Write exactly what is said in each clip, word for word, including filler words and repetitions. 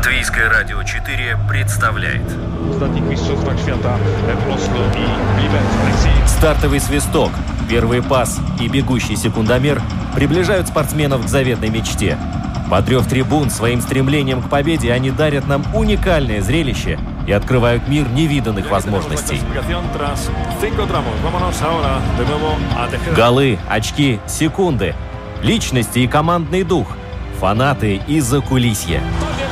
Латвийское радио четыре представляет. Стартовый свисток, первый пас и бегущий секундомер приближают спортсменов к заветной мечте. Подрев трибун своим стремлением к победе, они дарят нам уникальное зрелище и открывают мир невиданных возможностей. Голы, очки, секунды, личности и командный дух, фанаты и закулисье.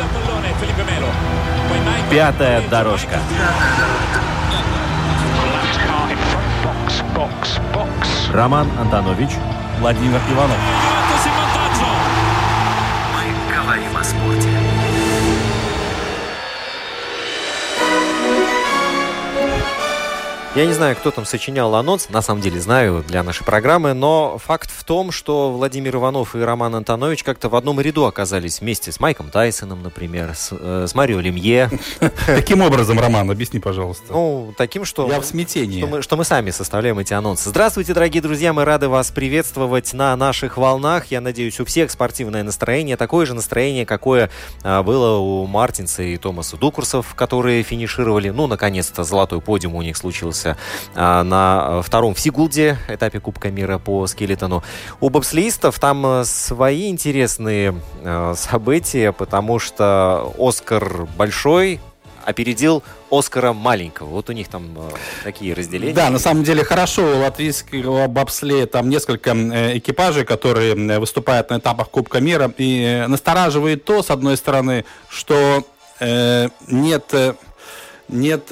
Пятая дорожка. Роман Антонович, Владимир Иванов. Мы говорим о спорте. Я не знаю, кто там сочинял анонс, на самом деле знаю для нашей программы, но факт в том, что Владимир Иванов и Роман Антонович как-то в одном ряду оказались вместе с Майком Тайсоном, например, с, э, с Марио Лемье. Каким образом, Роман? Объясни, пожалуйста. Ну, таким, что... Я в смятении. Что мы, что мы сами составляем эти анонсы. Здравствуйте, дорогие друзья, мы рады вас приветствовать на наших волнах. Я надеюсь, у всех спортивное настроение, такое же настроение, какое а, было у Мартинса и Томаса Дукурсов, которые финишировали, ну, наконец-то, золотой подиум у них случился на втором в Сигулде этапе Кубка мира по скелетону. У бобслеистов там свои интересные события, потому что Оскар Большой опередил Оскара Маленького. Вот у них там э, такие разделения. Да, на самом деле хорошо. У латвийского бобслея там несколько э, экипажей, которые э, выступают на этапах Кубка мира. И э, настораживает то, с одной стороны, что э, нет... Э, нет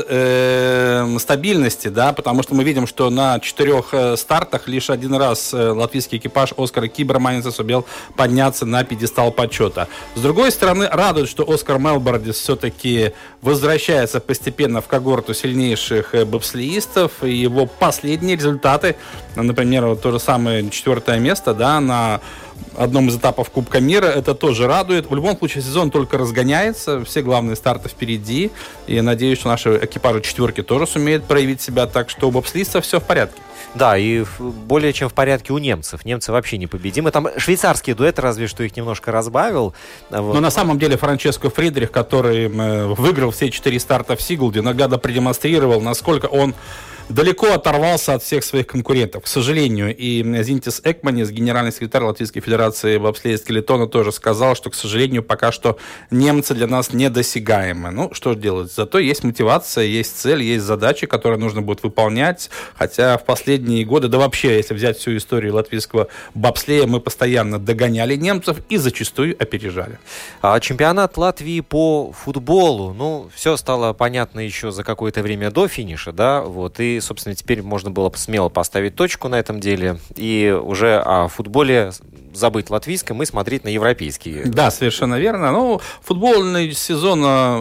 э, стабильности, да, потому что мы видим, что на четырех э, стартах лишь один раз э, латвийский экипаж Оскара Киберманиса сумел подняться на пьедестал почета. С другой стороны, радует, что Оскар Мелбордис все-таки возвращается постепенно в когорту сильнейших э, бобслеистов, и его последние результаты, например, вот то же самое четвертое место, да, на одном из этапов Кубка мира, это тоже радует. В любом случае, сезон только разгоняется, все главные старты впереди, и я надеюсь, что наши экипажи четверки тоже сумеют проявить себя, так что у бобслистов все в порядке. Да, и более чем в порядке у немцев. Немцы вообще непобедимы. Там швейцарский дуэт, разве что их немножко разбавил. Вот. Но на самом деле Франческо Фридрих, который выиграл все четыре старта в Сигулде, наглядно продемонстрировал, насколько он далеко оторвался от всех своих конкурентов. К сожалению, и Зинтис Экманис, генеральный секретарь Латвийской Федерации бобслея и скелетона, тоже сказал, что, к сожалению, пока что немцы для нас недосягаемы. Ну, что делать? Зато есть мотивация, есть цель, есть задачи, которые нужно будет выполнять. Хотя в последние годы, да вообще, если взять всю историю латвийского бобслея, мы постоянно догоняли немцев и зачастую опережали. А чемпионат Латвии по футболу, ну, все стало понятно еще за какое-то время до финиша, да, вот, и И, собственно, теперь можно было смело поставить точку на этом деле и уже о футболе забыть латвийском и смотреть на европейские. Да, совершенно верно. Ну, футбольный сезон,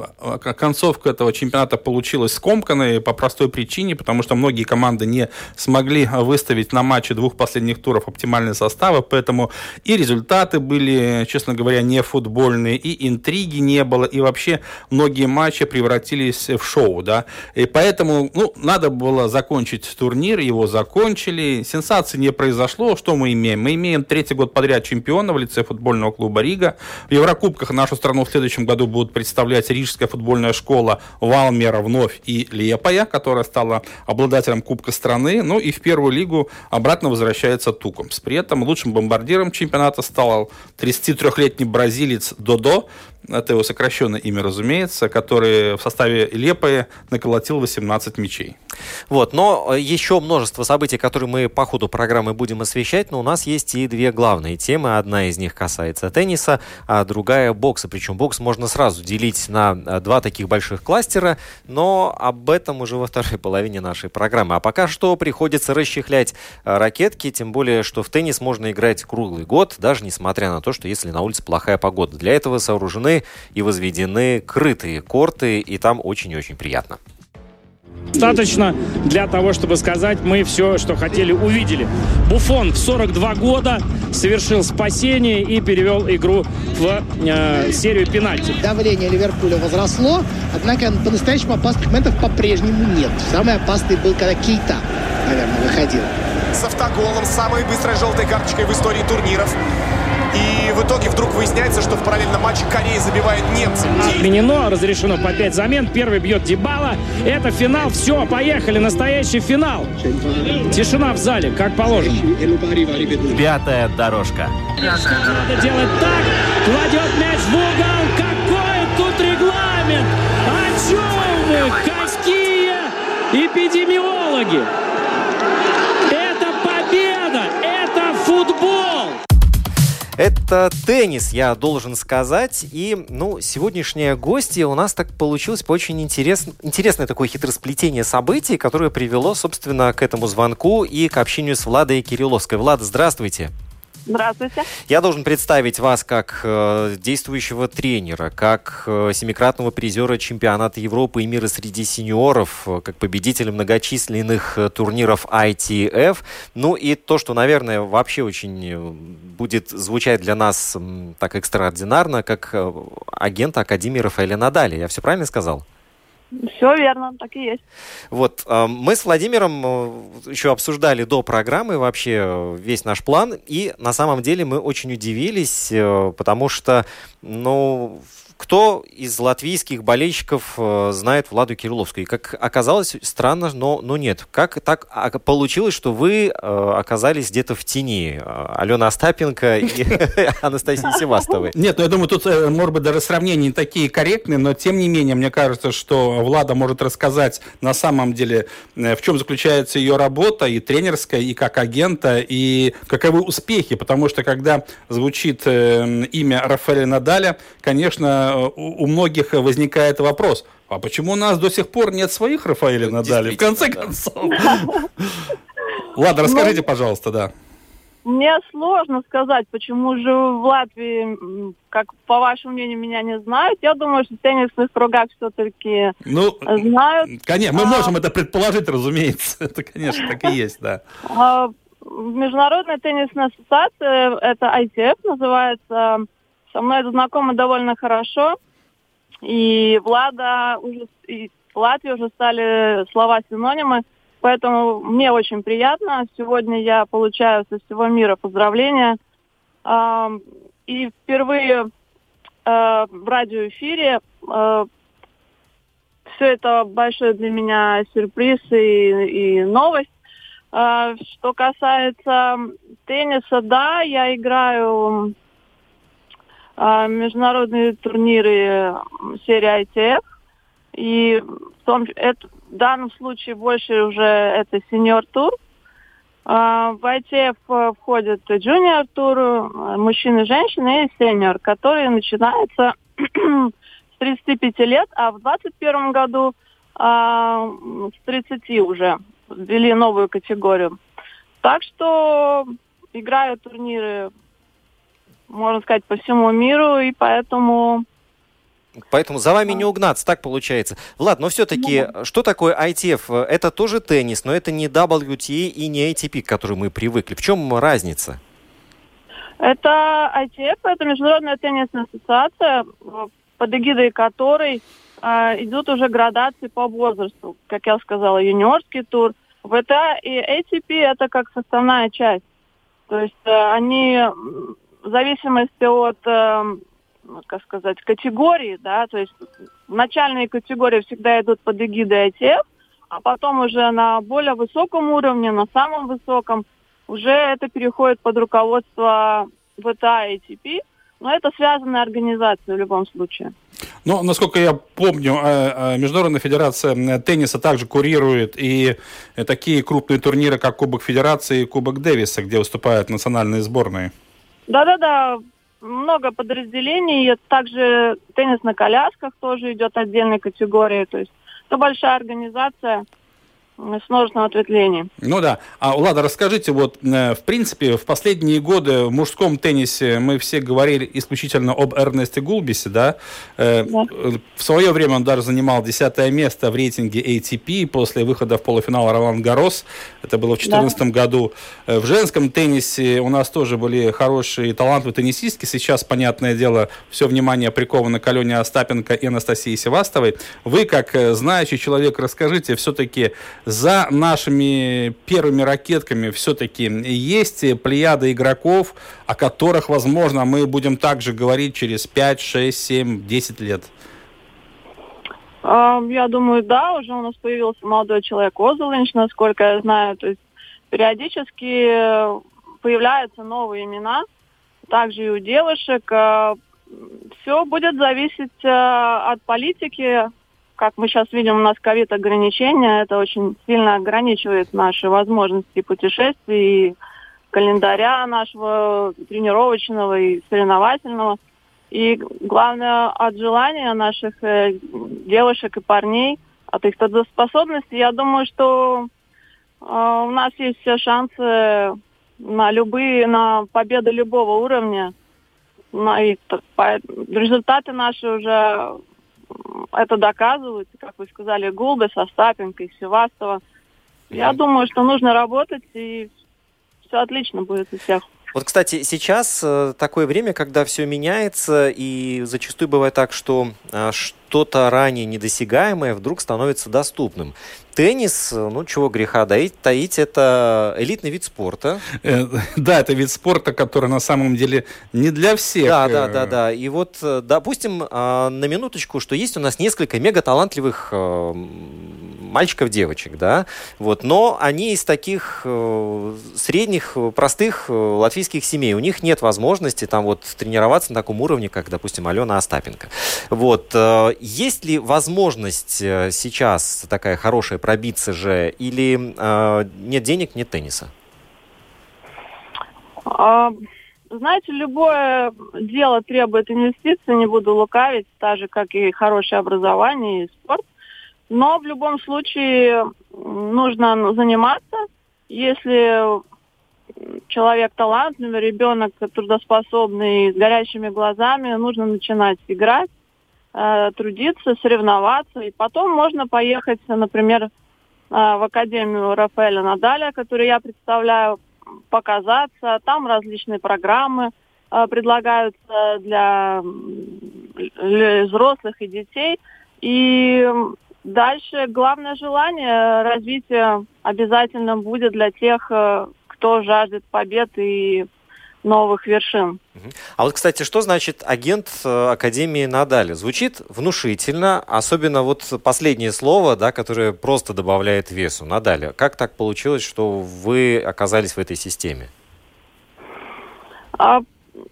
концовка этого чемпионата получилась скомканной по простой причине, потому что многие команды не смогли выставить на матче двух последних туров оптимальные составы, поэтому и результаты были, честно говоря, не футбольные, и интриги не было, и вообще многие матчи превратились в шоу, да. И поэтому, ну, надо было закончить турнир, его закончили, сенсации не произошло. Что мы имеем? Мы имеем третий год подряд чемпиона в лице футбольного клуба Рига. В Еврокубках нашу страну в следующем году будут представлять Рижская футбольная школа Валмера вновь и Лиепая, которая стала обладателем Кубка страны. Ну и в первую лигу обратно возвращается Тукумс. При этом лучшим бомбардиром чемпионата стал тридцатитрёхлетний бразилец Додо. Это его сокращенное имя, разумеется, который в составе Лиепая наколотил восемнадцать мячей. Вот, но еще множество событий, которые мы по ходу программы будем освещать, но у нас есть и две главные темы. Одна из них касается тенниса, а другая бокса. Причем бокс можно сразу делить на два таких больших кластера, но об этом уже во второй половине нашей программы. А пока что приходится расчехлять ракетки, тем более, что в теннис можно играть круглый год, даже несмотря на то, что если на улице плохая погода. Для этого сооружены и возведены крытые корты, и там очень-очень приятно. Достаточно для того, чтобы сказать, мы все, что хотели, увидели. Буфон в сорок два года совершил спасение и перевел игру в э, серию пенальти. Давление Ливерпуля возросло, однако по-настоящему опасных моментов по-прежнему нет. Самый опасный был, когда Кейта, наверное, выходил. С автоголом, самой быстрой желтой карточкой в истории турниров. И в итоге вдруг выясняется, что в параллельном матче Корея забивает немцы. Отменено, разрешено по пять замен. Первый бьет Дибала. Это финал. Все, поехали. Настоящий финал. Тишина в зале, как положено. Пятая дорожка. Надо делать так. Кладет мяч в угол. Какой тут регламент? О чем вы? Какие эпидемиологи? Это победа. Это футбол. Это теннис, я должен сказать. И, ну, сегодняшнее гостье у нас так получилось по очень интерес... интересное такое хитросплетение событий, которое привело, собственно, к этому звонку и к общению с Владой Кирилловской. Влада, здравствуйте. Здравствуйте. Я должен представить вас как э, действующего тренера, как э, семикратного призера чемпионата Европы и мира среди сеньоров, э, как победителя многочисленных э, турниров ай ти эф. Ну и то, что, наверное, вообще очень будет звучать для нас э, так экстраординарно, как э, агента Академии Рафаэля Надаля. Я все правильно сказал? Все верно, так и есть. Вот, мы с Владимиром еще обсуждали до программы вообще весь наш план, и на самом деле мы очень удивились, потому что, ну, кто из латвийских болельщиков знает Владу Кирилловскую? И как оказалось, странно, но, но нет. Как так получилось, что вы оказались где-то в тени? Алена Остапенко и Анастасия Севастовой. Нет, ну я думаю, тут, может быть, даже сравнения не такие корректные, но тем не менее, мне кажется, что Влада может рассказать на самом деле, в чем заключается ее работа, и тренерская, и как агента, и каковы успехи. Потому что, когда звучит имя Рафаэля Надаля, конечно, у многих возникает вопрос, а почему у нас до сих пор нет своих Рафаэля Надалей? В конце концов. Ладно, расскажите, пожалуйста, да. Мне сложно сказать, почему же в Латвии, как по вашему мнению, меня не знают. Я думаю, что в теннисных кругах все-таки ну, знают. Конечно, мы можем а, это предположить, разумеется. Это, конечно, так и есть, да. А, Международная теннисная ассоциация, это ай ти эф называется. Со мной это знакомо довольно хорошо. И Влада уже, и Латвии уже стали слова-синонимы. Поэтому мне очень приятно. Сегодня я получаю со всего мира поздравления. И впервые в радиоэфире. Все это большой для меня сюрприз и, и новость. Что касается тенниса, да, я играю международные турниры серии ай ти эф. И в, том, это, в данном случае больше уже это сеньор-тур. В ай ти эф входят джуниор-тур, мужчины и женщины, и сеньор, который начинается с тридцати пяти лет, а в двадцать первом году а, с тридцати уже ввели новую категорию. Так что играю турниры, можно сказать, по всему миру, и поэтому... Поэтому за вами не угнаться, так получается. Влад, но все-таки, ну, что такое ай ти эф? Это тоже теннис, но это не дабл ю ти эй и не эй ти пи, к которой мы привыкли. В чем разница? Это ай ти эф, это Международная теннисная ассоциация, под эгидой которой э, идут уже градации по возрасту. Как я сказала, юниорский тур. ви ти эй и эй ти пи это как составная часть. То есть э, они... В зависимости от, э, как сказать, категории, да, то есть начальные категории всегда идут под эгидой ай ти эф, а потом уже на более высоком уровне, на самом высоком, уже это переходит под руководство ви ти эй и эй ти пи, но это связанная организация в любом случае. Ну, насколько я помню, Международная федерация тенниса также курирует и такие крупные турниры, как Кубок Федерации и Кубок Дэвиса, где выступают национальные сборные. Да-да-да, много подразделений. Также теннис на колясках тоже идет отдельной категории. То есть это большая организация с множеством ответвлений. Ну да. А, Влада, расскажите, вот, в принципе, в последние годы в мужском теннисе мы все говорили исключительно об Эрнесте Гулбисе, да? Да. В свое время он даже занимал десятое место в рейтинге эй ти пи после выхода в полуфинал Ролан Гаррос. Это было в две тысячи четырнадцатом да. году. В женском теннисе у нас тоже были хорошие талантливые теннисистки. Сейчас, понятное дело, все внимание приковано к Алене Остапенко и Анастасии Севастовой. Вы, как знающий человек, расскажите, все-таки за нашими первыми ракетками все-таки есть плеяда игроков, о которых, возможно, мы будем также говорить через пять, шесть, семь, десять лет? Я думаю, да, уже у нас появился молодой человек Озолинч, насколько я знаю. То есть периодически появляются новые имена, также и у девушек. Все будет зависеть от политики. Как мы сейчас видим, у нас ковид-ограничения. Это очень сильно ограничивает наши возможности путешествий, и календаря нашего тренировочного и соревновательного. И главное, от желания наших девушек и парней, от их трудоспособности, я думаю, что у нас есть все шансы на любые, на победы любого уровня. На, и, по, результаты наши уже это доказывают, как вы сказали, Гулбис, Остапенко и Севастова. Я думаю, что нужно работать, и все отлично будет у всех. Вот, кстати, сейчас э, такое время, когда все меняется, и зачастую бывает так, что э, что-то ранее недосягаемое вдруг становится доступным. Теннис, ну, чего греха таить, таить, это элитный вид спорта. Э, да, это вид спорта, который на самом деле не для всех. Да, да, да, да. И вот, допустим, на минуточку, что есть у нас несколько мега-талантливых мальчиков-девочек, да, вот, но они из таких средних, простых латвийских семей. У них нет возможности там вот тренироваться на таком уровне, как, допустим, Алена Остапенко. Вот. Есть ли возможность сейчас такая хорошая пробиться же, или э, нет денег, нет тенниса? А, знаете, любое дело требует инвестиций, не буду лукавить, так же, как и хорошее образование и спорт. Но в любом случае нужно заниматься. Если человек талантливый, ребенок трудоспособный, с горящими глазами, нужно начинать играть, трудиться, соревноваться, и потом можно поехать, например, в Академию Рафаэля Надаля, которую я представляю, показаться. Там различные программы предлагаются для, для взрослых и детей. И дальше главное желание развития обязательно будет для тех, кто жаждет побед и новых вершин. А вот, кстати, что значит агент Академии Надаля? Звучит внушительно, особенно вот последнее слово, да, которое просто добавляет весу. Надаля. Как так получилось, что вы оказались в этой системе? А,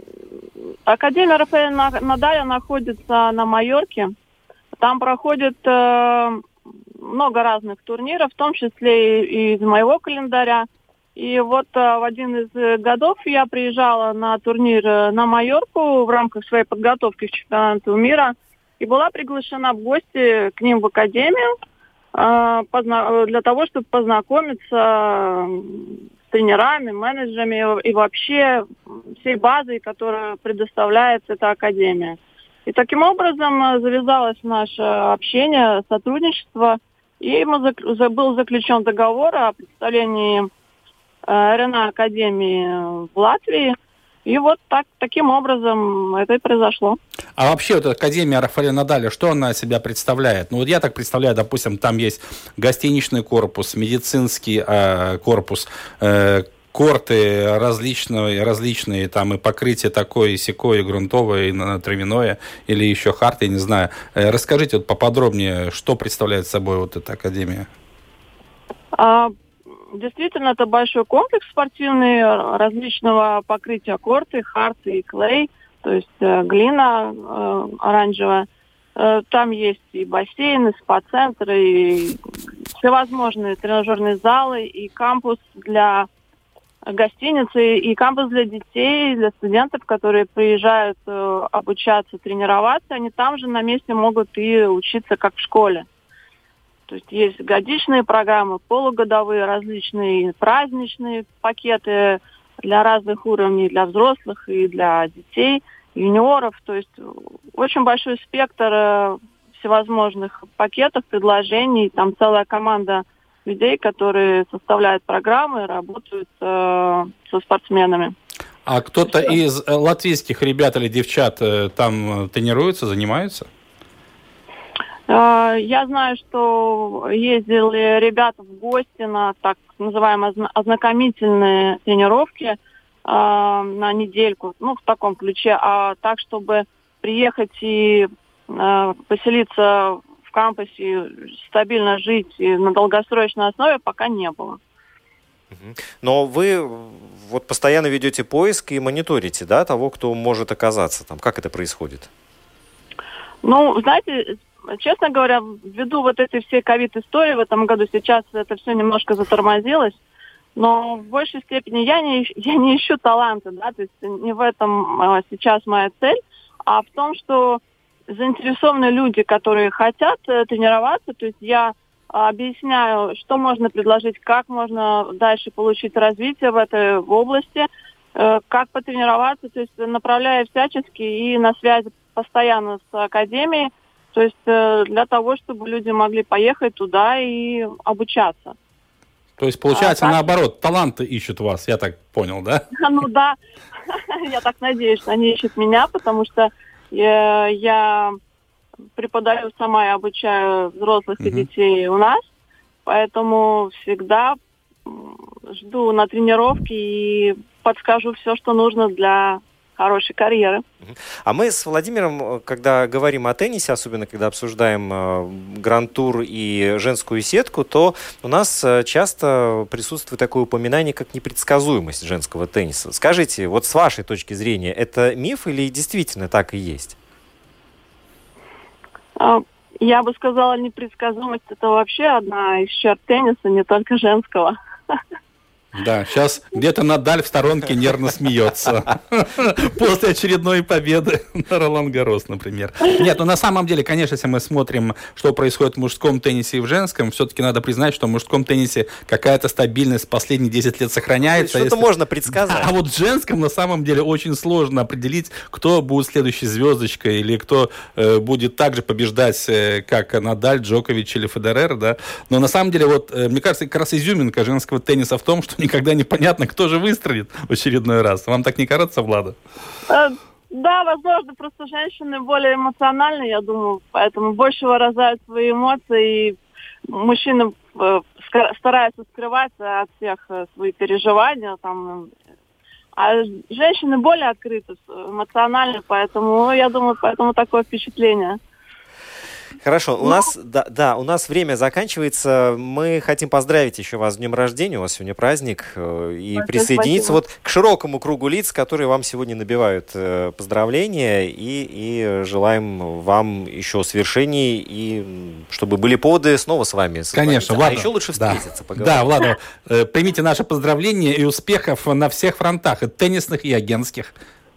Академия Рафаэля Надаля находится на Майорке. Там проходит э, много разных турниров, в том числе и из моего календаря. И вот а, в один из годов я приезжала на турнир на Майорку в рамках своей подготовки к чемпионату мира и была приглашена в гости к ним в академию а, позна- для того, чтобы познакомиться с тренерами, менеджерами и вообще всей базой, которую предоставляет эта академия. И таким образом завязалось наше общение, сотрудничество, и мы зак- был заключен договор о представлении РНА Академии в Латвии. И вот так, таким образом это и произошло. А вообще вот Академия Рафаэля Надаля, что она из себя представляет? Ну вот я так представляю, допустим, там есть гостиничный корпус, медицинский э, корпус, э, корты различные, различные, там и покрытие такое, и сякое, и грунтовое, и травяное, или еще хард, я не знаю. Э, расскажите вот поподробнее, что представляет собой вот эта Академия? А... Действительно, это большой комплекс спортивный, различного покрытия корты, хард и клей, то есть э, глина э, оранжевая. Э, там есть и бассейны, спа-центры, и всевозможные тренажерные залы, и кампус для гостиницы, и кампус для детей, для студентов, которые приезжают э, обучаться, тренироваться. Они там же на месте могут и учиться, как в школе. То есть есть годичные программы, полугодовые, различные праздничные пакеты для разных уровней, для взрослых и для детей, юниоров. То есть очень большой спектр всевозможных пакетов, предложений. Там целая команда людей, которые составляют программы, работают э, со спортсменами. А кто-то из латвийских ребят или девчат там тренируется, занимается? Я знаю, что ездили ребята в гости на так называемые ознакомительные тренировки на недельку, ну, в таком ключе, а так, чтобы приехать и поселиться в кампусе, стабильно жить и на долгосрочной основе, пока не было. Но вы вот постоянно ведете поиск и мониторите, да, того, кто может оказаться там. Как это происходит? Ну, знаете, честно говоря, ввиду вот этой всей ковид-истории в этом году сейчас это все немножко затормозилось, но в большей степени я не, я не ищу таланты, да, то есть не в этом а, сейчас моя цель, а в том, что заинтересованные люди, которые хотят э, тренироваться, то есть я объясняю, что можно предложить, как можно дальше получить развитие в этой области, э, как потренироваться, то есть направляя всячески и на связи постоянно с академией, то есть э, для того, чтобы люди могли поехать туда и обучаться. То есть, получается, а, наоборот, таланты ищут вас, я так понял, да? Ну да, я так надеюсь, что они ищут меня, потому что я, я преподаю сама и обучаю взрослых и детей у нас, поэтому всегда жду на тренировке и подскажу все, что нужно для хорошей карьеры. А мы с Владимиром, когда говорим о теннисе, особенно когда обсуждаем э, гранд-тур и женскую сетку, то у нас часто присутствует такое упоминание, как непредсказуемость женского тенниса. Скажите, вот с вашей точки зрения, это миф или действительно так и есть? Я бы сказала, непредсказуемость – это вообще одна из черт тенниса, не только женского. Да, сейчас где-то Надаль в сторонке нервно смеется после очередной победы на Ролан-Гаррос, например. Нет, ну на самом деле, конечно, если мы смотрим, что происходит в мужском теннисе и в женском, все-таки надо признать, что в мужском теннисе какая-то стабильность последние десять лет сохраняется. Что-то если... можно предсказать. А вот в женском на самом деле очень сложно определить, кто будет следующей звездочкой или кто э, будет так же побеждать, э, как Надаль, Джокович или Федерер, да. Но на самом деле, вот, э, мне кажется, как раз изюминка женского тенниса в том, что никогда непонятно, кто же выстрелит в очередной раз. Вам так не кажется, Влада? Да, возможно, просто женщины более эмоциональны, я думаю, поэтому больше выражают свои эмоции, и мужчины стараются скрывать от всех свои переживания, там, а женщины более открыты, эмоциональны, поэтому, я думаю, поэтому такое впечатление. Хорошо, у нас, да, да, у нас время заканчивается. Мы хотим поздравить еще вас с днем рождения. У вас сегодня праздник. И Большое присоединиться спасибо. вот к широкому кругу лиц, которые вам сегодня набивают поздравления. И, и желаем вам еще свершений, и чтобы были поводы снова с вами. Конечно, Влада. А еще лучше встретиться, да. поговорить. Да, Влада, примите наши поздравления и успехов на всех фронтах, и теннисных, и агентских.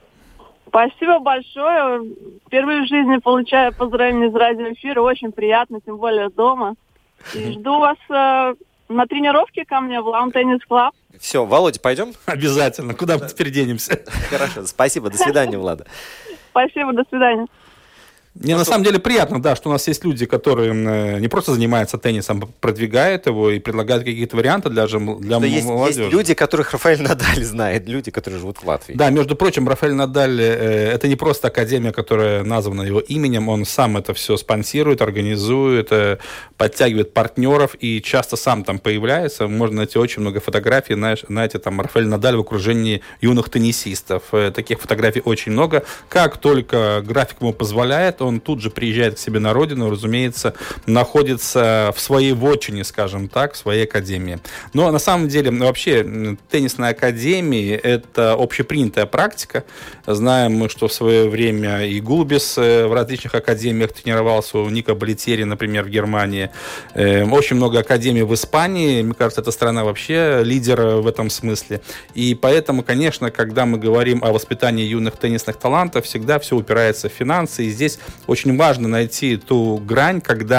Спасибо большое. Впервые в жизни получаю поздравления из радиоэфира. Очень приятно, тем более дома. И жду вас э, на тренировке ко мне в Lawn Tennis Club. Все, Володя, пойдем? Обязательно. Куда мы теперь денемся? Хорошо, спасибо. До свидания, Влада. Спасибо, до свидания. Мне на самом деле приятно, да, что у нас есть люди, которые не просто занимаются теннисом, продвигают его и предлагают какие-то варианты для, для есть, молодежи. Есть люди, которых Рафаэль Надаль знает, люди, которые живут в Латвии. Да, между прочим, Рафаэль Надаль э, это не просто академия, которая названа его именем, он сам это все спонсирует, организует, э, подтягивает партнеров и часто сам там появляется. Можно найти очень много фотографий, знаешь, знаете, там Рафаэль Надаль в окружении юных теннисистов. Э, таких фотографий очень много. Как только график ему позволяет, он тут же приезжает к себе на родину, разумеется, находится в своей вотчине, скажем так, в своей академии. Но на самом деле вообще теннисная академия – это общепринятая практика. Знаем мы, что в свое время и Гулбис в различных академиях тренировался, у Ника Болетьери, например, в Германии. Очень много академий в Испании. Мне кажется, эта страна вообще лидер в этом смысле. И поэтому, конечно, когда мы говорим о воспитании юных теннисных талантов, всегда все упирается в финансы. И здесь очень важно найти ту грань, когда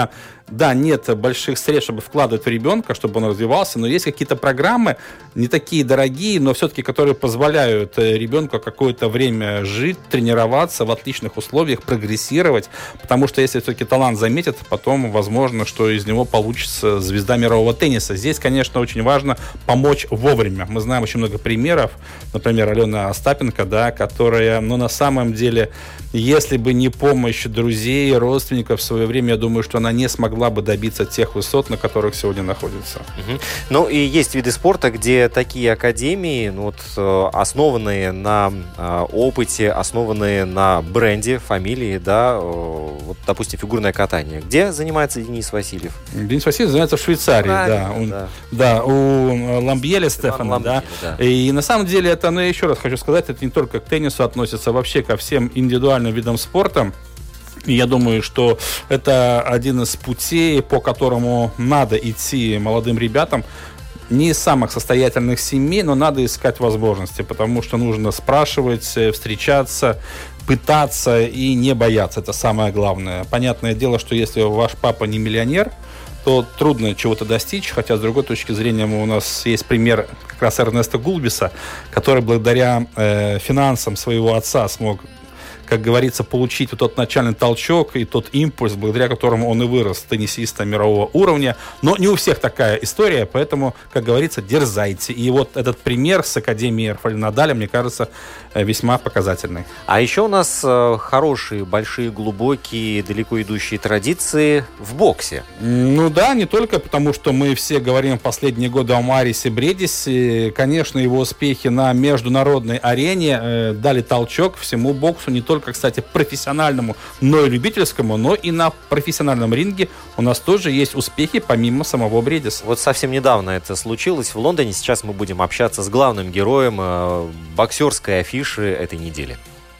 да, нет больших средств, чтобы вкладывать в ребенка, чтобы он развивался, но есть какие-то программы, не такие дорогие, но все-таки, которые позволяют ребенку какое-то время жить, тренироваться в отличных условиях, прогрессировать, потому что если все-таки талант заметят, потом возможно, что из него получится звезда мирового тенниса. Здесь, конечно, очень важно помочь вовремя. Мы знаем очень много примеров, например, Алена Остапенко, да, которая, ну, на самом деле, если бы не помощь друзей, родственников в свое время, я думаю, что она не смогла бы добиться тех высот, на которых сегодня находится. Угу. Ну, и есть виды спорта, где такие академии, ну, вот, основанные на э, опыте, основанные на бренде, фамилии, да, э, вот, допустим, фигурное катание. Где занимается Денис Васильев? Денис Васильев занимается в Швейцарии, да. Он, да. Да, у Ламбьеля Стефана, Ламбьеля, да. да. И на самом деле это, ну, я еще раз хочу сказать, это не только к теннису относится, вообще ко всем индивидуальным видам спорта. И я думаю, что это один из путей, по которому надо идти молодым ребятам. Не из самых состоятельных семей, но надо искать возможности, потому что нужно спрашивать, встречаться, пытаться и не бояться. Это самое главное. Понятное дело, что если ваш папа не миллионер, то трудно чего-то достичь, хотя с другой точки зрения у нас есть пример как раз Эрнеста Гулбиса, который благодаря э, финансам своего отца смог, как говорится, получить вот тот начальный толчок и тот импульс, благодаря которому он и вырос теннисистом мирового уровня. Но не у всех такая история, поэтому, как говорится, дерзайте. И вот этот пример с Академией Рафаэля Надаля, мне кажется, весьма показательный. А еще у нас хорошие, большие, глубокие, далеко идущие традиции в боксе. Ну да, не только потому, что мы все говорим в последние годы о Марисе Бредисе. Конечно, его успехи на международной арене дали толчок всему боксу, не только, кстати, профессиональному, но и любительскому, но и на профессиональном ринге у нас тоже есть успехи помимо самого Бредиса. Вот совсем недавно это случилось в Лондоне. Сейчас мы будем общаться с главным героем э, боксерской афиши этой недели.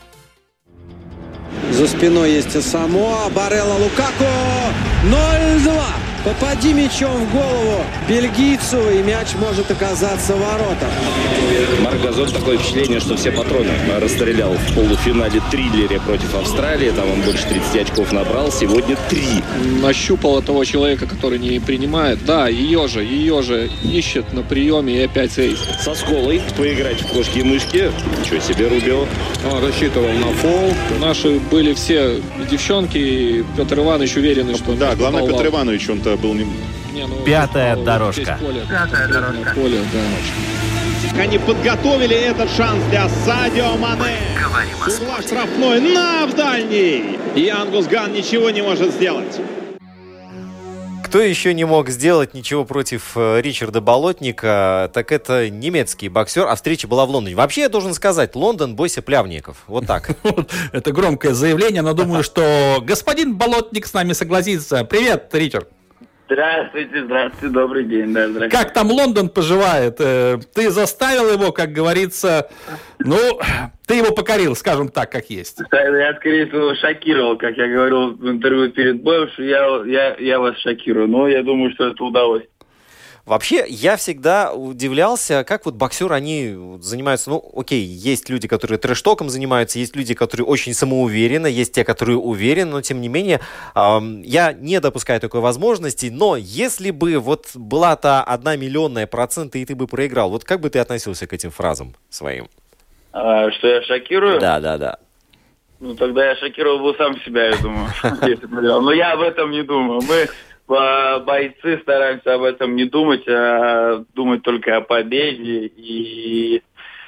За спиной есть Самоа, Барелла, Лукаку, ноль-два. Попади мячом в голову бельгийцу, и мяч может оказаться в воротах. Марк Газон, такое впечатление, что все патроны расстрелял в полуфинале триллере против Австралии. Там он больше тридцати очков набрал, сегодня три. Нащупал того человека, который не принимает. Да, ее же, ее же ищет на приеме и опять эйс. Со Сколой поиграть в кошки и мышки. Ничего себе, Рубио. Он рассчитывал на фол. Наши были все девчонки, и Петр Иванович уверен, что... Да, главное, Петр Иванович, он-то был не... Не, ну, Пятая дорожка. Поле, Пятая дорожка. Поле, да. Они подготовили этот шанс для Садио Мане. Угла штрафной на в дальний. И Ангус Ган ничего не может сделать. Кто еще не мог сделать ничего против Ричарда Болотника, так это немецкий боксер, а встреча была в Лондоне. Вообще, я должен сказать, Лондон, бойся плявников. Вот так. Это громкое заявление, но думаю, что господин Болотник с нами согласится. Привет, Ричард. Здравствуйте, здравствуйте, добрый день. Да, здравствуйте. Как там Лондон поживает? Ты заставил его, как говорится, ну, ты его покорил, скажем так, как есть. Я, скорее всего, шокировал, как я говорил в интервью перед боем, что я, я, я вас шокирую, но я думаю, что это удалось. Вообще, я всегда удивлялся, как вот боксеры, они занимаются, ну, окей, есть люди, которые трэш-током занимаются, есть люди, которые очень самоуверены, есть те, которые уверены, но, тем не менее, эм, я не допускаю такой возможности, но если бы вот была та одна миллионная процента, и ты бы проиграл, вот как бы ты относился к этим фразам своим? А, что я шокирую? Да, да, да. Ну, тогда я шокировал бы сам себя, я думаю, если бы проиграл. Но я об этом не думаю. Мы... Бойцы стараемся об этом не думать, а думать только о победе. И,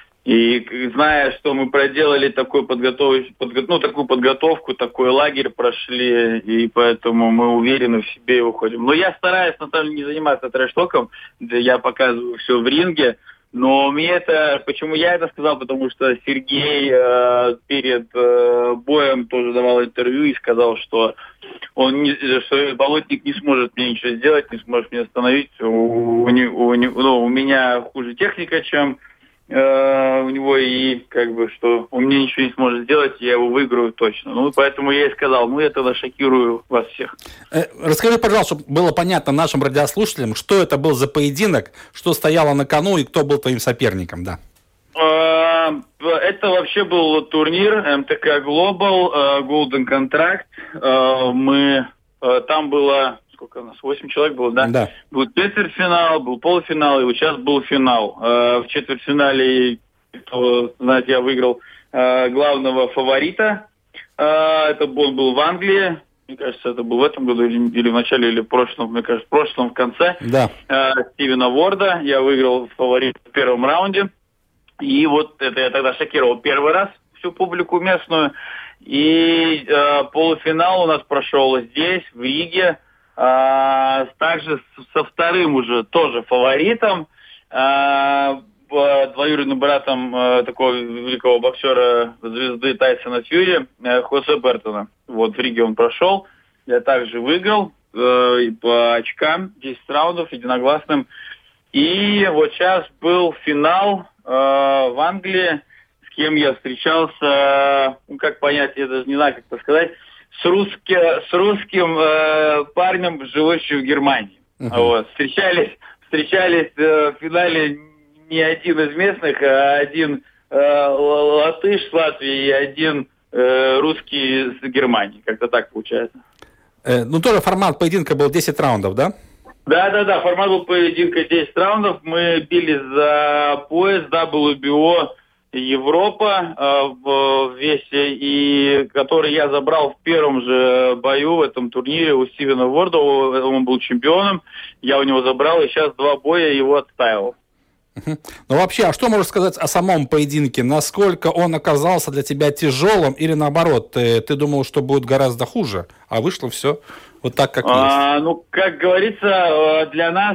и зная, что мы проделали такой подготов... подго... ну, такую подготовку, такой лагерь прошли, и поэтому мы уверены в себе и уходим. Но я стараюсь, на самом деле, не заниматься трэш-током, я показываю все в ринге. Но мне это... Почему я это сказал? Потому что Сергей э, перед э, боем тоже давал интервью и сказал, что он не, что Болотник не сможет мне ничего сделать, не сможет меня остановить. У, у, у, ну, у меня хуже техника, чем э, у него, и как бы, что он мне ничего не сможет сделать, я его выиграю точно. Ну, поэтому я и сказал, ну, я тогда шокирую вас всех. Э, расскажи, пожалуйста, чтобы было понятно нашим радиослушателям, что это был за поединок, что стояло на кону и кто был твоим соперником, да? Это вообще был турнир эм тэ ка Global Golden Contract. Мы, там было сколько у нас, восемь человек было, да? Да. Был четвертьфинал, был полуфинал, и вот сейчас был финал. В четвертьфинале, знаете, я выиграл главного фаворита. Это он был в Англии. Мне кажется, это был в этом году или, или в начале, или в прошлом, мне кажется, в прошлом в конце. Да. Стивена Ворда. Я выиграл фаворита в первом раунде. И вот это я тогда шокировал первый раз всю публику местную. И э, полуфинал у нас прошел здесь, в Риге, э, также со вторым уже тоже фаворитом, э, двоюродным братом э, такого великого боксера, звезды Тайсона Фьюри, э, Хосе Бертона. Вот в Риге он прошел, я также выиграл э, по очкам, десять раундов единогласным. И вот сейчас был финал э, в Англии, с кем я встречался, ну как понять, я даже не знаю, как это сказать, с, русски, с русским э, парнем, живущим в Германии. Uh-huh. Вот. Встречались, встречались э, в финале не один из местных, а один э, латыш с Латвии и один э, русский с Германии. Как-то так получается. Э, ну тоже формат поединка был десять раундов, да? Да-да-да, формат был поединка десять раундов. Мы били за пояс дабл ю би о Европа э, в весе, и который я забрал в первом же бою в этом турнире у Стивена Ворда. Он был чемпионом, я у него забрал, и сейчас два боя его отстаивал. Ну вообще, а что можешь сказать о самом поединке? Насколько он оказался для тебя тяжелым или наоборот, ты, ты думал, что будет гораздо хуже, а вышло все вот так, как а, есть? Ну, как говорится, для нас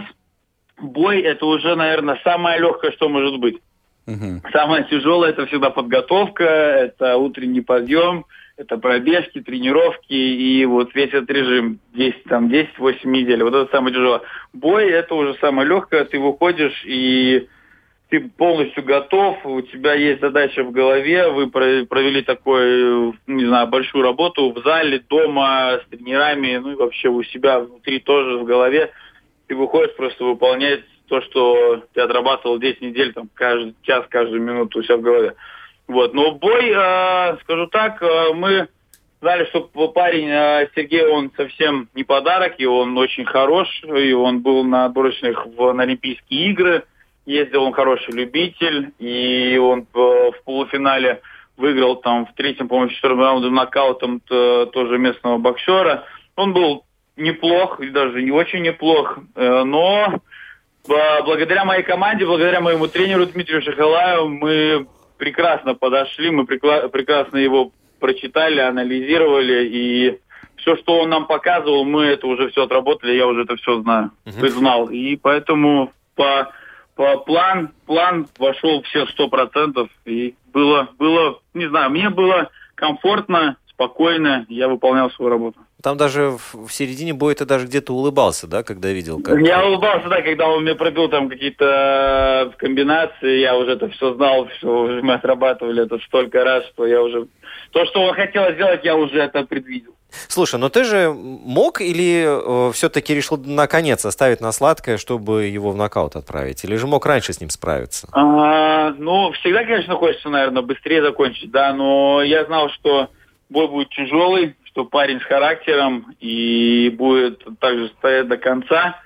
бой это уже, наверное, самое легкое, что может быть. Угу. Самое тяжелое это всегда подготовка, это утренний подъем, это пробежки, тренировки и вот весь этот режим десять, там, десять-восемь недель. Вот это самое тяжелое. Бой это уже самое легкое, ты выходишь и ты полностью готов, у тебя есть задача в голове, вы провели такую, не знаю, большую работу в зале, дома, с тренерами, ну и вообще у себя внутри тоже в голове. Ты выходишь просто выполнять то, что ты отрабатывал десять недель, там, каждый час, каждую минуту у себя в голове. Вот. Но бой, э, скажу так, э, мы знали, что парень э, Сергей, он совсем не подарок, и он очень хорош, и он был на отборочных в, на Олимпийские игры, ездил, он хороший любитель, и он в, в полуфинале выиграл там в третьем, по-моему, четвертом раунде нокаутом т, тоже местного боксера. Он был неплох, и даже не очень неплох, э, но благодаря моей команде, благодаря моему тренеру Дмитрию Шахалаеву мы прекрасно подошли, мы прекла- прекрасно его прочитали, анализировали, и все, что он нам показывал, мы это уже все отработали, я уже это все знаю, uh-huh. знал. И поэтому по, по план, план вошел все сто процентов, и было, было, не знаю, мне было комфортно, спокойно, я выполнял свою работу. Там даже в, в середине боя ты даже где-то улыбался, да, когда видел? Как... Я улыбался, да, когда он мне пробил там какие-то комбинации, я уже это все знал, все уже мы отрабатывали это столько раз, что я уже... То, что он хотел сделать, я уже это предвидел. Слушай, но ты же мог или э, все-таки решил наконец оставить на сладкое, чтобы его в нокаут отправить? Или же мог раньше с ним справиться? А, ну, всегда, конечно, хочется, наверное, быстрее закончить, да, но я знал, что бой будет тяжелый, что парень с характером и будет также стоять до конца.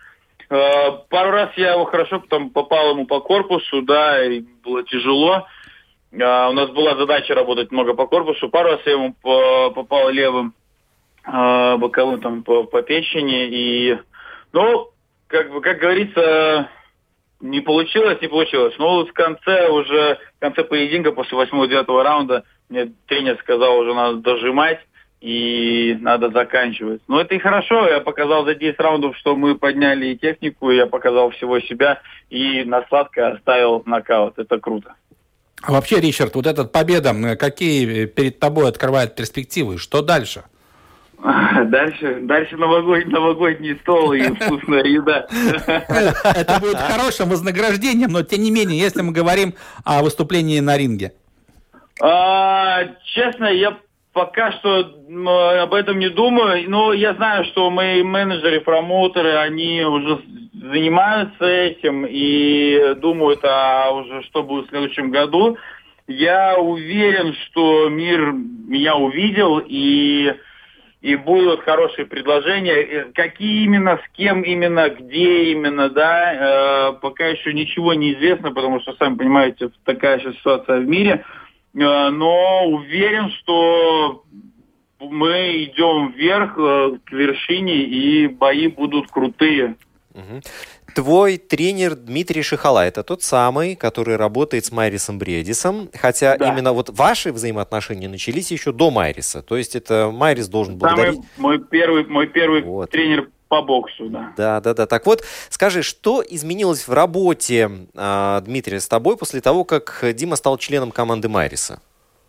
Э, пару раз я его хорошо потом попал ему по корпусу, да, и было тяжело. Э, у нас была задача работать много по корпусу. Пару раз я ему по, попал левым э, боковым там по, по печени. И, ну, как бы, как говорится, не получилось, не получилось. Но в конце уже, в конце поединка, после восьмого-девятого раунда, мне тренер сказал, уже надо дожимать. И надо заканчивать. Но это и хорошо. Я показал за десять раундов, что мы подняли и технику, я показал всего себя, и на сладкое оставил нокаут. Это круто. А вообще, Ричард, вот эта победа, какие перед тобой открывает перспективы? Что дальше? Дальше, дальше новогодний, новогодний стол и вкусная еда. Это будет хорошим вознаграждением, но тем не менее, если мы говорим о выступлении на ринге. Честно, я пока что ну, об этом не думаю, но я знаю, что мои менеджеры, промоутеры, они уже занимаются этим и думают, а уже что будет в следующем году. Я уверен, что мир меня увидел, и, и и будут хорошие предложения. Какие именно, с кем именно, где именно, да, пока еще ничего не известно, потому что, сами понимаете, такая сейчас ситуация в мире. Но уверен, что мы идем вверх, к вершине, и бои будут крутые. Угу. Твой тренер Дмитрий Шихала — это тот самый, который работает с Майрисом Бредисом, хотя да. именно вот ваши взаимоотношения начались еще до Майриса, то есть это Майрис должен благодарить... Самый мой первый, мой первый вот. тренер по боксу, да. Да, да, да. Так вот, скажи, что изменилось в работе э, Дмитрия с тобой после того, как Дима стал членом команды Майриса?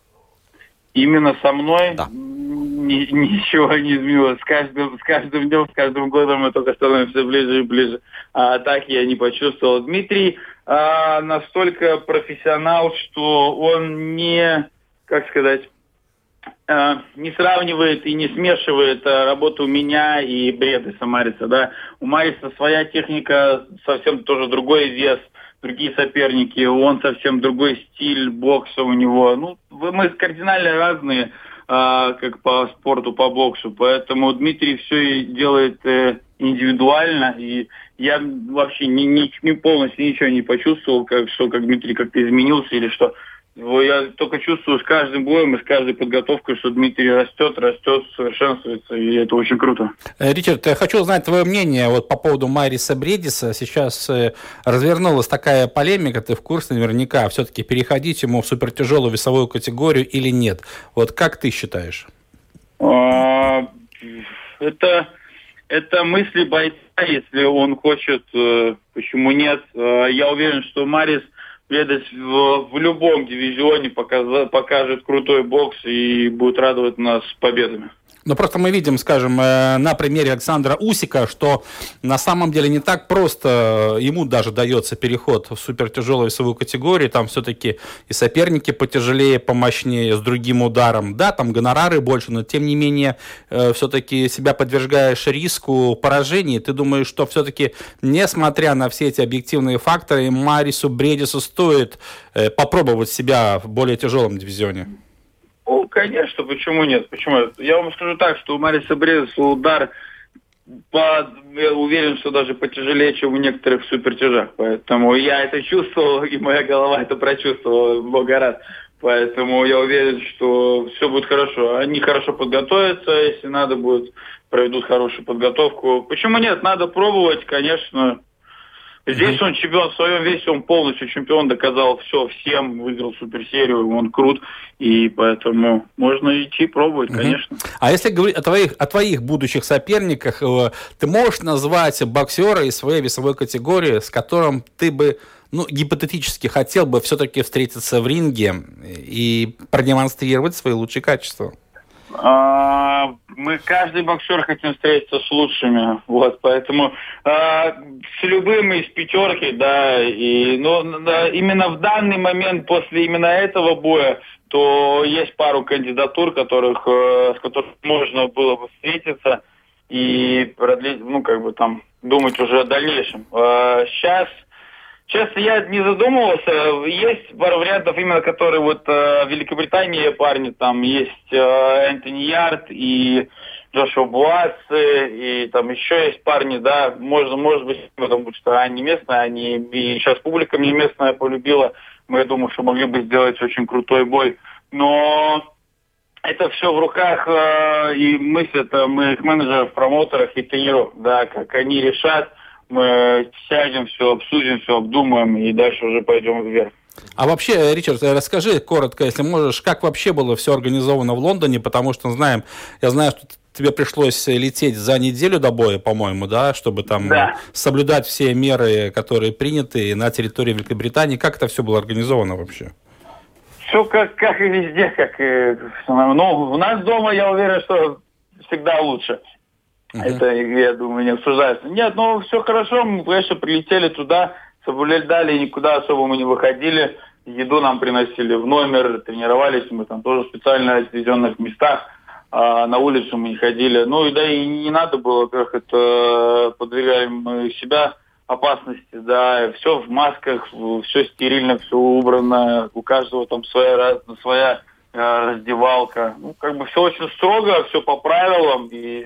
Именно со мной? Да. Ни, ничего не изменилось. С каждым, с каждым днем, с каждым годом мы только становимся ближе и ближе. А так я не почувствовал. Дмитрий а, настолько профессионал, что он не, как сказать, а, не сравнивает и не смешивает а, работу меня и Бредиса Майриса. Да? У Майриса своя техника, совсем тоже другой вес, другие соперники, он совсем другой стиль бокса у него. Ну, мы кардинально разные, а, как по спорту, по боксу. Поэтому Дмитрий все делает э, индивидуально, и я вообще не, не, не полностью ничего не почувствовал, как, что как Дмитрий как-то изменился или что. Я только чувствую с каждым боем и с каждой подготовкой, что Дмитрий растет, растет, совершенствуется, и это очень круто. Ричард, я хочу узнать твое мнение вот по поводу Майриса Бредиса. Сейчас э, развернулась такая полемика, ты в курсе наверняка, все-таки переходить ему в супертяжелую весовую категорию или нет? Вот как ты считаешь? А, это, это мысли бойца, если он хочет, э, почему нет. Э, я уверен, что Майрис Бредис в, в любом дивизионе покажет, покажет крутой бокс и будет радовать нас победами. Но просто мы видим, скажем, на примере Александра Усика, что на самом деле не так просто ему даже дается переход в супертяжелую весовую категорию. Там все-таки и соперники потяжелее, помощнее, с другим ударом. Да, там гонорары больше, но тем не менее все-таки себя подвергаешь риску поражений. Ты думаешь, что все-таки, несмотря на все эти объективные факторы, Майрису Бредису стоит попробовать себя в более тяжелом дивизионе? Ну, конечно, почему нет? Почему? Я вам скажу так, что у Майриса Бредиса удар, по, я уверен, что даже потяжелее, чем у некоторых в супертяжах. Поэтому я это чувствовал, и моя голова это прочувствовала много раз. Поэтому я уверен, что все будет хорошо. Они хорошо подготовятся, если надо будет, проведут хорошую подготовку. Почему нет? Надо пробовать, конечно. Здесь он чемпион в своем весе, он полностью чемпион, доказал все всем, выиграл суперсерию, он крут, и поэтому можно идти пробовать, конечно. А если говорить о твоих, о твоих будущих соперниках, ты можешь назвать боксера из своей весовой категории, с которым ты бы, ну, гипотетически хотел бы все-таки встретиться в ринге и продемонстрировать свои лучшие качества? А, мы, каждый боксер, хотим встретиться с лучшими, вот, поэтому а, с любым из пятерки, да, и, но да, именно в данный момент, после именно этого боя, то есть пару кандидатур, которых, с которыми можно было бы встретиться и продлить, ну, как бы там, думать уже о дальнейшем. А, сейчас... Честно, я не задумывался. Есть пару вариантов, именно которые вот э, в Великобритании парни, там есть э, Энтони Ярд и Джошуа Буатси, и там еще есть парни, да, можно, может быть, потому что они местные, они, и сейчас публика мне местная полюбила, мы, я думаю, что могли бы сделать очень крутой бой. Но это все в руках, э, и мысль, это моих менеджеров, промоутеров и тренеров, да, как они решат. Мы сядем, все обсудим, все обдумаем и дальше уже пойдем вверх. А вообще, Ричард, расскажи коротко, если можешь, как вообще было все организовано в Лондоне, потому что знаем, я знаю, что тебе пришлось лететь за неделю до боя, по-моему, да, чтобы там да. соблюдать все меры, которые приняты на территории Великобритании. Как это все было организовано вообще? Все как, как и везде, как и... Ну, у нас дома, я уверен, что всегда лучше. Uh-huh. Это, я думаю, не обсуждается. Нет, ну все хорошо, мы, конечно, прилетели туда, соблюдали, никуда особо мы не выходили. Еду нам приносили в номер, тренировались мы там тоже в специально отведенных местах. А на улицу мы не ходили. Ну и да и не надо было, во-первых, это подвергаем мы себя опасности, да, все в масках, все стерильно, все убрано, у каждого там своя, своя раздевалка. Ну, как бы все очень строго, все по правилам и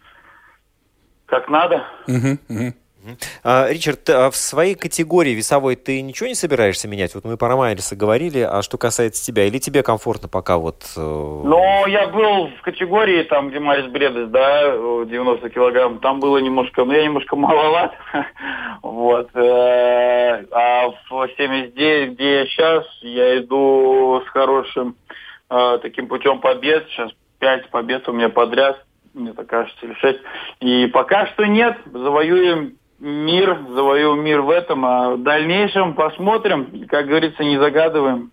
как надо. Uh-huh, uh-huh. А, Ричард, а в своей категории весовой ты ничего не собираешься менять? Вот мы про Майерса говорили, а что касается тебя, или тебе комфортно пока вот... Э... Ну, я был в категории, там, где Марис Бредес, да, девяносто килограмм, там было немножко, ну, я немножко маловат, вот. А в семьдесят девять, где я сейчас, я иду с хорошим таким путем побед, сейчас пять побед у меня подряд, мне так кажется, или шесть, и пока что нет, завоюем мир, завоюем мир в этом, а в дальнейшем посмотрим, как говорится, не загадываем.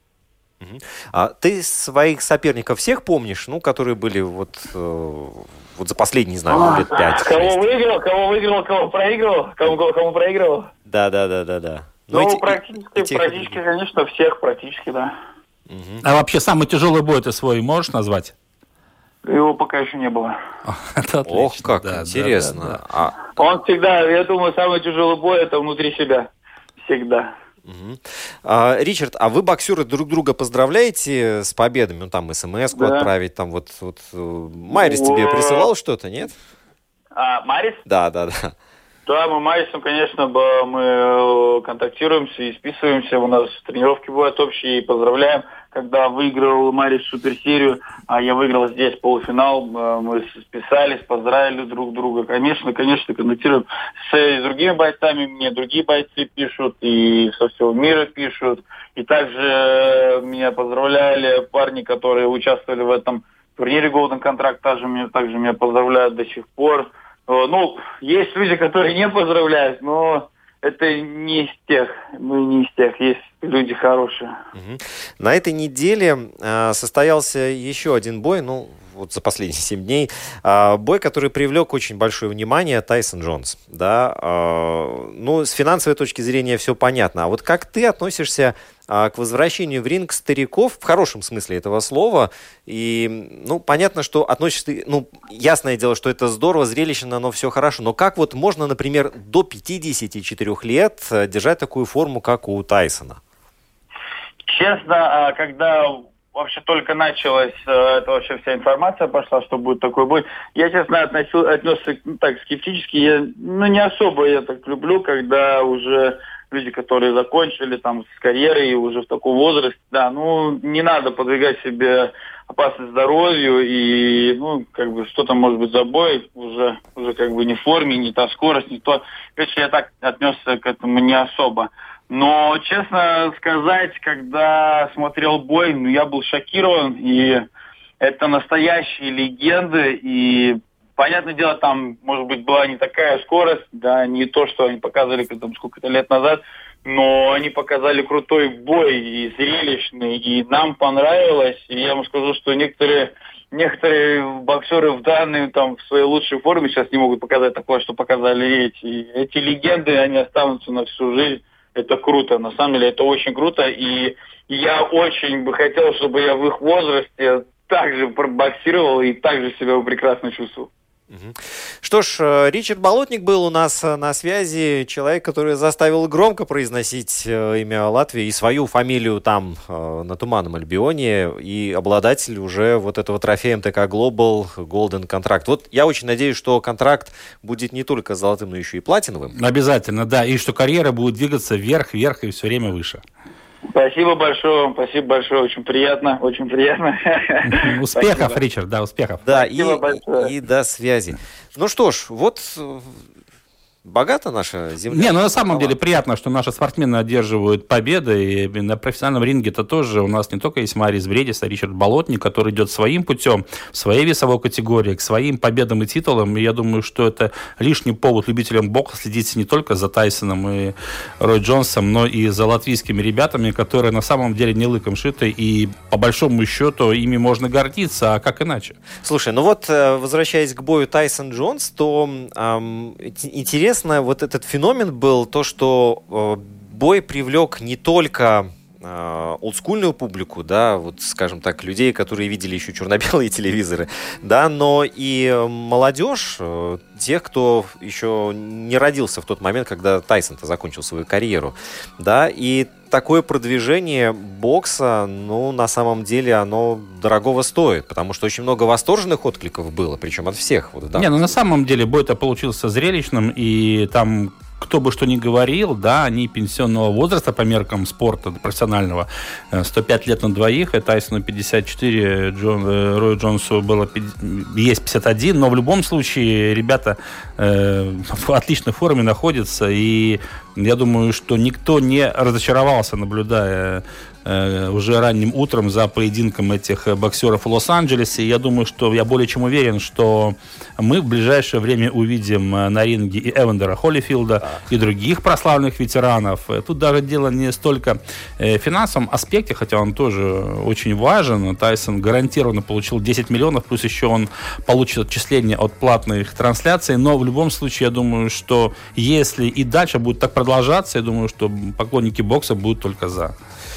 А ты своих соперников всех помнишь, ну, которые были вот, э, вот за последние, не знаю, лет пять? Кого выиграл, кого выиграл, кого проигрывал, кому, кому проигрывал? Да, да, да, да, да. Ну, эти, практически, этих... практически, конечно, всех, практически, да. Угу. А вообще самый тяжелый бой ты свой можешь назвать? Его пока еще не было. Ох, как да, интересно. Да, да, да. А... Он всегда, я думаю, самый тяжелый бой это внутри себя. Всегда. Угу. А, Ричард, а вы, боксеры, друг друга поздравляете с победами? Ну, там, смс-ку да. отправить, там, вот, вот Майрис тебе присылал что-то, нет? А, Майрис? Да, да, да. Да, мы Майрисом, конечно, мы контактируемся и списываемся, у нас тренировки бывают общие, и поздравляем. Когда выиграл Майрис суперсерию, а я выиграл здесь полуфинал, мы списались, поздравили друг друга. Конечно, конечно, контактируем с другими бойцами, мне другие бойцы пишут, и со всего мира пишут. И также меня поздравляли парни, которые участвовали в этом турнире Golden Contract, также меня, также меня поздравляют до сих пор. Ну, есть люди, которые не поздравляют, но это не из тех, мы не из тех, есть люди хорошие. Угу. На этой неделе э, состоялся еще один бой, ну, вот за последние семь дней, э, бой, который привлек очень большое внимание, Тайсон Джонс, да, э, ну, с финансовой точки зрения все понятно, а вот как ты относишься э, к возвращению в ринг стариков, в хорошем смысле этого слова, и, ну, понятно, что относишься ты, ну, ясное дело, что это здорово, зрелищно, но все хорошо, но как вот можно, например, до пятидесяти четырёх лет держать такую форму, как у Тайсона? Честно, когда вообще только началась, это вообще вся информация пошла, что будет такой бой, я, честно, относил, отнесся ну, так скептически. Я, ну, не особо я так люблю, когда уже люди, которые закончили там с карьерой и уже в таком возрасте, да, ну, не надо подвигать себе опасность здоровью и, ну, как бы, что-то может быть за бой, уже, уже как бы не в форме, не та скорость, не то. Короче, я так отнесся к этому не особо. Но, честно сказать, когда смотрел бой, ну, я был шокирован, и это настоящие легенды, и, понятное дело, там, может быть, была не такая скорость, да, не то, что они показывали там сколько-то лет назад, но они показали крутой бой и зрелищный, и нам понравилось, и я вам скажу, что некоторые... Некоторые боксеры в данной, там, в своей лучшей форме сейчас не могут показать такое, что показали эти. Эти легенды, они останутся на всю жизнь. Это круто, на самом деле это очень круто, и я очень бы хотел, чтобы я в их возрасте также боксировал и также себя прекрасно чувствовал. Что ж, Ричард Болотник был у нас на связи, человек, который заставил громко произносить имя Латвии и свою фамилию там, на Туманном Альбионе, и обладатель уже вот этого трофея эм тэ ка Global Golden Contract. Вот я очень надеюсь, что контракт будет не только золотым, но еще и платиновым. Обязательно, да, и что карьера будет двигаться вверх, вверх и все время выше. Спасибо большое, спасибо большое, очень приятно, очень приятно. Успехов, спасибо. Ричард, да, успехов. Да, и, и, и до связи. Ну что ж, вот богата наша земля. Не, ну на самом деле приятно, что наши спортсмены одерживают победы, и на профессиональном ринге это тоже у нас не только есть Майрис Бредес, а Ричард Болотник, который идет своим путем, в своей весовой категории, к своим победам и титулам, и я думаю, что это лишний повод любителям бокса следить не только за Тайсоном и Рой Джонсом, но и за латвийскими ребятами, которые на самом деле не лыком шиты, и по большому счету ими можно гордиться, а как иначе? Слушай, ну вот, возвращаясь к бою Тайсон-Джонс, то эм, интересно, вот этот феномен был то, что э, бой привлек не только э, олдскульную публику, да, вот, скажем так, людей, которые видели еще черно-белые телевизоры, да, но и молодежь, э, тех, кто еще не родился в тот момент, когда Тайсон-то закончил свою карьеру, да, и такое продвижение бокса, ну, на самом деле, оно дорогого стоит, потому что очень много восторженных откликов было, причем от всех. Вот, да. Не, ну, на самом деле, бой-то получился зрелищным, и там кто бы что ни говорил, да, они пенсионного возраста по меркам спорта профессионального, сто пять лет на двоих, и Тайсону пятьдесят четыре, Джон, Рою Джонсу было пятьдесят, есть пятьдесят один, но в любом случае ребята э, в отличной форме находятся, и я думаю, что никто не разочаровался, наблюдая э, уже ранним утром за поединком этих боксеров в Лос-Анджелесе. Я думаю, что я более чем уверен, что мы в ближайшее время увидим на ринге и Эвандера Холлифилда, и других прославленных ветеранов. Тут даже дело не столько в финансовом аспекте, хотя он тоже очень важен. Тайсон гарантированно получил десять миллионов, плюс еще он получит отчисления от платных трансляций. Но в любом случае, я думаю, что если и дальше будет так продолжаться, я думаю, что поклонники бокса будут только за.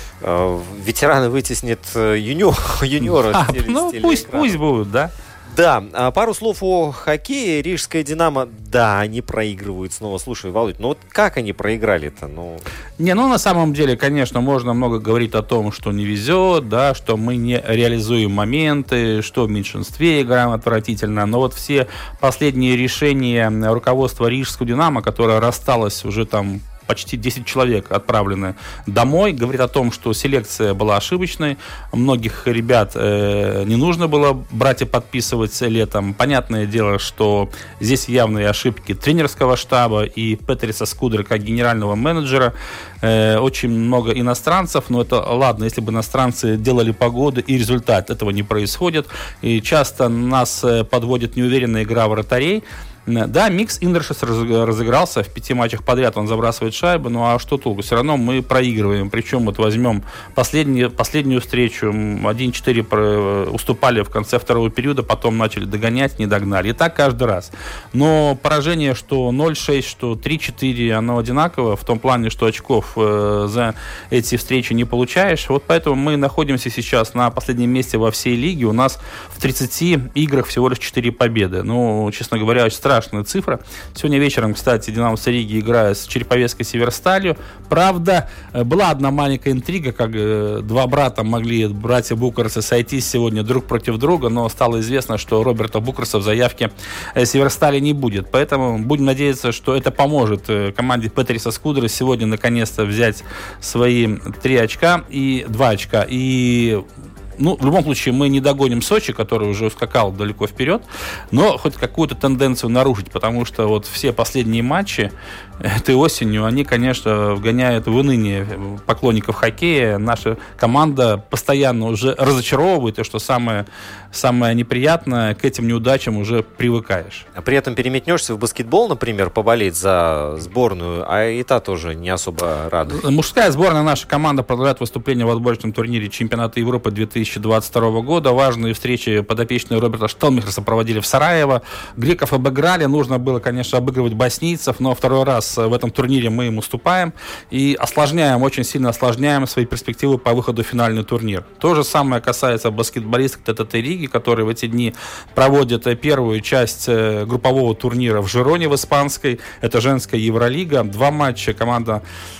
Ветераны вытеснят юниор, юниора. А, ну, пусть, пусть будут, да. Да, пару слов о хоккее. Рижская «Динамо», да, они проигрывают снова. Слушай, Володь, ну вот как они проиграли-то? Ну... Не, ну на самом деле, конечно, можно много говорить о том, что не везет, да, что мы не реализуем моменты, что в меньшинстве играем отвратительно. Но вот все последние решения руководства Рижского «Динамо», которое рассталось уже там почти десять человек отправлены домой, говорит о том, что селекция была ошибочной, многих ребят э, не нужно было брать и подписывать летом. Понятное дело, что здесь явные ошибки тренерского штаба и Петриса Скудера как генерального менеджера. Э, очень много иностранцев, но это ладно, если бы иностранцы делали погоду, и результат этого не происходит. И часто нас подводит неуверенная игра вратарей. Да, Микс Индершес разыгрался в пяти матчах подряд, он забрасывает шайбы, ну а что толку? Все равно мы проигрываем. Причем вот возьмем последнюю, последнюю встречу, один четыре уступали в конце второго периода, потом начали догонять, не догнали. И так каждый раз. Но поражение, что ноль шесть, что три четыре, оно одинаково, в том плане, что очков э, за эти встречи не получаешь. Вот поэтому мы находимся сейчас на последнем месте во всей лиге. У нас в тридцати играх всего лишь четыре победы. Ну, честно говоря, очень страшно. Страшная цифра. Сегодня вечером, кстати, Динамо с Риги играет с Череповецкой Северсталью. Правда, была одна маленькая интрига, как два брата могли, братья Букарсы, сойтись сегодня друг против друга, но стало известно, что Роберта Букарса в заявке Северстали не будет. Поэтому будем надеяться, что это поможет команде Петриса Скудера сегодня наконец-то взять свои три очка и два очка. И ну, в любом случае, мы не догоним Сочи, который уже ускакал далеко вперед, но хоть какую-то тенденцию нарушить, потому что вот все последние матчи этой осенью, они, конечно, вгоняют в уныние поклонников хоккея. Наша команда постоянно уже разочаровывает, и что самое, самое неприятное, к этим неудачам уже привыкаешь. А при этом переметнешься в баскетбол, например, поболеть за сборную, а и та тоже не особо радует. Мужская сборная, наша команда продолжает выступление в отборочном турнире чемпионата Европы две тысячи двадцать второго года. Важные встречи подопечные Роберта Штелмихерса проводили в Сараево. Греков обыграли. Нужно было, конечно, обыгрывать боснийцев, но второй раз в этом турнире мы им уступаем и осложняем, очень сильно осложняем свои перспективы по выходу в финальный турнир. То же самое касается баскетболисток ТТТ Риги, которые в эти дни проводят первую часть группового турнира в Жироне в испанской. Это женская Евролига. Два матча команда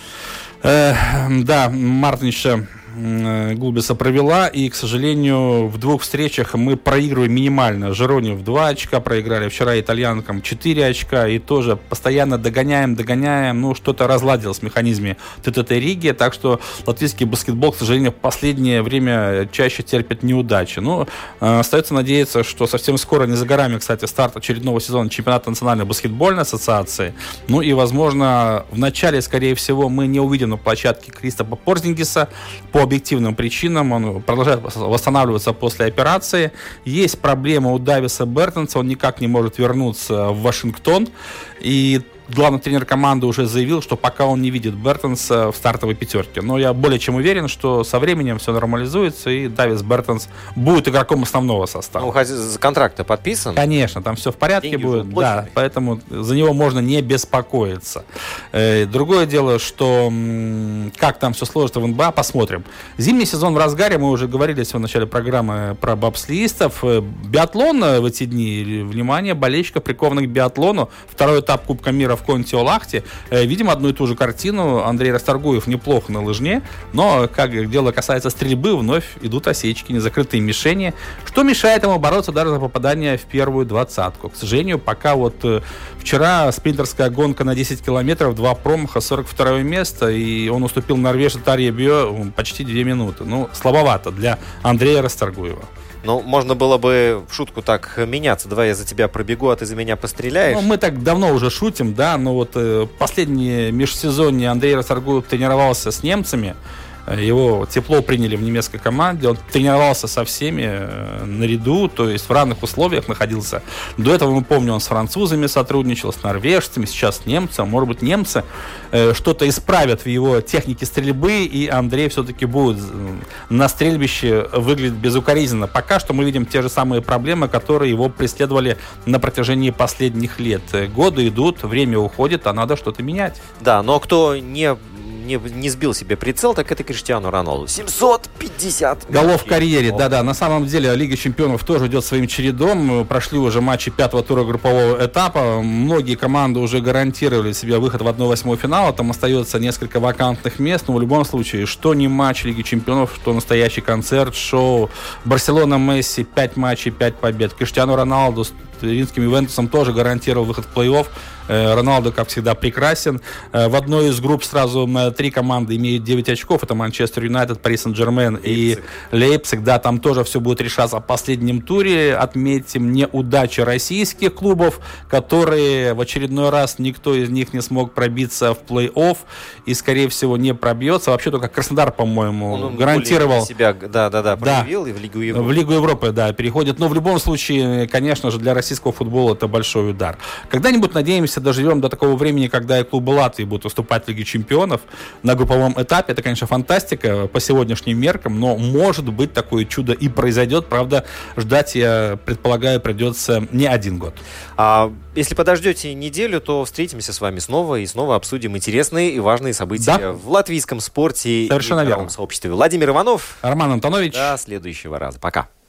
э, да, Мартинша Гулбиса провела, и, к сожалению, в двух встречах мы проигрываем минимально. Жироне в два очка проиграли, вчера итальянкам четыре очка, и тоже постоянно догоняем, догоняем, ну, что-то разладилось в механизме ТТТ Риги, так что латвийский баскетбол, к сожалению, в последнее время чаще терпит неудачи. Ну, э, остается надеяться, что совсем скоро, не за горами, кстати, старт очередного сезона чемпионата Национальной баскетбольной ассоциации, ну и, возможно, в начале, скорее всего, мы не увидим на площадке Кристопа Порзингиса по объективным причинам. Он продолжает восстанавливаться после операции. Есть проблема у Дависа Бертонса, он никак не может вернуться в Вашингтон. И главный тренер команды уже заявил, что пока он не видит Бертонса в стартовой пятерке. Но я более чем уверен, что со временем все нормализуется, и Давис Бертонс будет игроком основного состава. Ну, контракт-то подписан? Конечно, там все в порядке Деньги будет, да, поэтому за него можно не беспокоиться. Другое дело, что как там все сложится в эн бэ а, посмотрим. Зимний сезон в разгаре, мы уже говорили в начале программы про бобслеистов. Биатлон в эти дни, внимание, болельщиков прикованных к биатлону. Второй этап Кубка мира в Контиолахте. Видим одну и ту же картину. Андрей Расторгуев неплохо на лыжне, но, как дело касается стрельбы, вновь идут осечки, незакрытые мишени, что мешает ему бороться даже за попадание в первую двадцатку. К сожалению, пока вот вчера спринтерская гонка на десять километров, два промаха, сорок второе место, и он уступил норвежцу Тарье Бьё почти две минуты. Ну, слабовато для Андрея Расторгуева. Ну, можно было бы в шутку так меняться. Давай я за тебя пробегу, а ты за меня постреляешь. Ну, мы так давно уже шутим, да, но вот э, последнее межсезонье Андрей Расторгуев тренировался с немцами. Его тепло приняли в немецкой команде. Он тренировался со всеми э, наряду, то есть в равных условиях находился. До этого, мы помним, он с французами сотрудничал, с норвежцами, сейчас с немцами. Может быть, немцы э, что-то исправят в его технике стрельбы, и Андрей все-таки будет на стрельбище выглядеть безукоризненно. Пока что мы видим те же самые проблемы, которые его преследовали на протяжении последних лет. Годы идут, время уходит, а надо что-то менять. Да, но кто не... Не, не сбил себе прицел, так это Криштиану Роналду. семьсот пятьдесят голов в карьере, да-да. На самом деле Лига чемпионов тоже идет своим чередом. Прошли уже матчи пятого тура группового этапа. Многие команды уже гарантировали себе выход в одна восьмая финала. Там остается несколько вакантных мест. Но в любом случае, что не матч Лиги чемпионов, что настоящий концерт, шоу. Барселона, Месси, пять матчей, пять побед. Криштиану Роналду с Туринским Ювентусом тоже гарантировал выход в плей-офф. Роналдо, как всегда, прекрасен. В одной из групп сразу три команды имеют девять очков. Это Манчестер Юнайтед, Пари Сен-Жермен и Лейпциг. Да, там тоже все будет решаться в последнем туре. Отметим неудачи российских клубов, которые в очередной раз никто из них не смог пробиться в плей-офф и, скорее всего, не пробьется. Вообще только Краснодар, по-моему, Он гарантировал. себя, да, да, да, проявил да, и в Лигу Европы. В Лигу Европы, да, переходит. Но в любом случае, конечно же, для российского футбола это большой удар. Когда-нибудь, надеемся, доживем до такого времени, когда и клубы Латвии будут выступать в Лиге чемпионов на групповом этапе. Это, конечно, фантастика по сегодняшним меркам, но, может быть, такое чудо и произойдет. Правда, ждать, я предполагаю, придется не один год. А если подождете неделю, то встретимся с вами снова и снова обсудим интересные и важные события да? в латвийском спорте. Совершенно и в верно. сообществе. Владимир Иванов. Роман Антонович. До следующего раза. Пока.